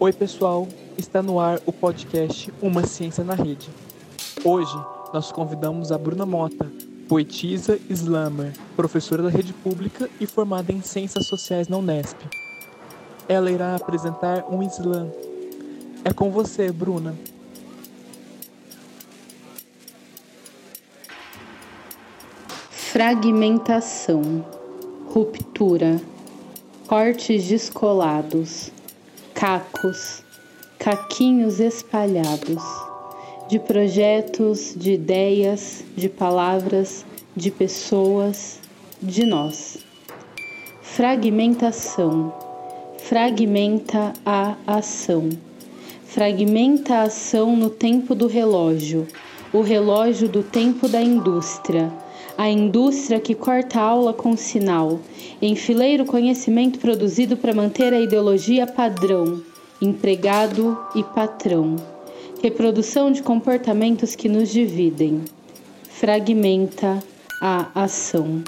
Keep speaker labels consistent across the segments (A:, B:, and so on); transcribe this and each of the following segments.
A: Oi pessoal, está no ar o podcast Uma Ciência na Rede. Hoje nós convidamos a Bruna Mota, poetisa, slammer, professora da rede pública e formada em Ciências Sociais na Unesp. Ela irá apresentar um slam. É com você, Bruna.
B: Fragmentação, ruptura, cortes descolados, cacos, caquinhos espalhados, de projetos, de ideias, de palavras, de pessoas, de nós. Fragmentação, fragmenta a ação. Fragmenta a ação no tempo do relógio, o relógio do tempo da indústria. A indústria que corta a aula com sinal, enfileira o conhecimento produzido para manter a ideologia padrão, empregado e patrão. Reprodução de comportamentos que nos dividem. Fragmenta a ação.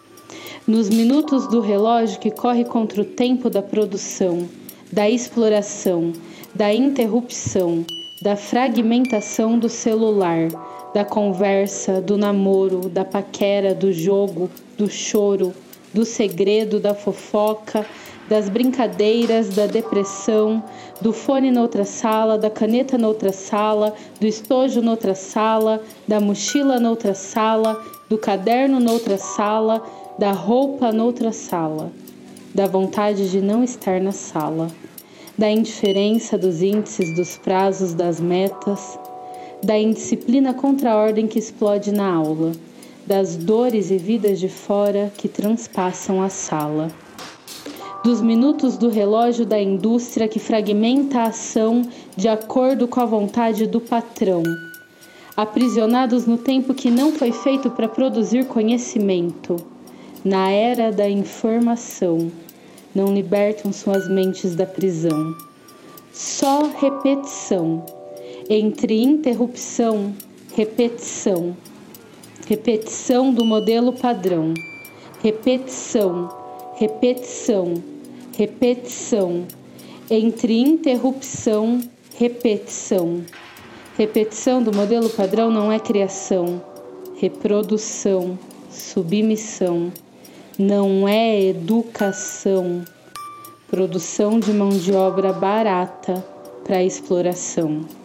B: Nos minutos do relógio que corre contra o tempo da produção, da exploração, da interrupção, da fragmentação do celular, da conversa, do namoro, da paquera, do jogo, do choro, do segredo, da fofoca, das brincadeiras, da depressão, do fone noutra sala, da caneta noutra sala, do estojo noutra sala, da mochila noutra sala, do caderno noutra sala, da roupa noutra sala, da vontade de não estar na sala, da indiferença dos índices, dos prazos, das metas, da indisciplina contra a ordem que explode na aula, das dores e vidas de fora que transpassam a sala, dos minutos do relógio da indústria que fragmenta a ação de acordo com a vontade do patrão, aprisionados no tempo que não foi feito para produzir conhecimento, na era da informação, não libertam suas mentes da prisão. Só repetição. Entre interrupção, repetição. Repetição do modelo padrão. Repetição, repetição, repetição. Entre interrupção, repetição. Repetição do modelo padrão não é criação. Reprodução, submissão. Não é educação. Produção de mão de obra barata para exploração.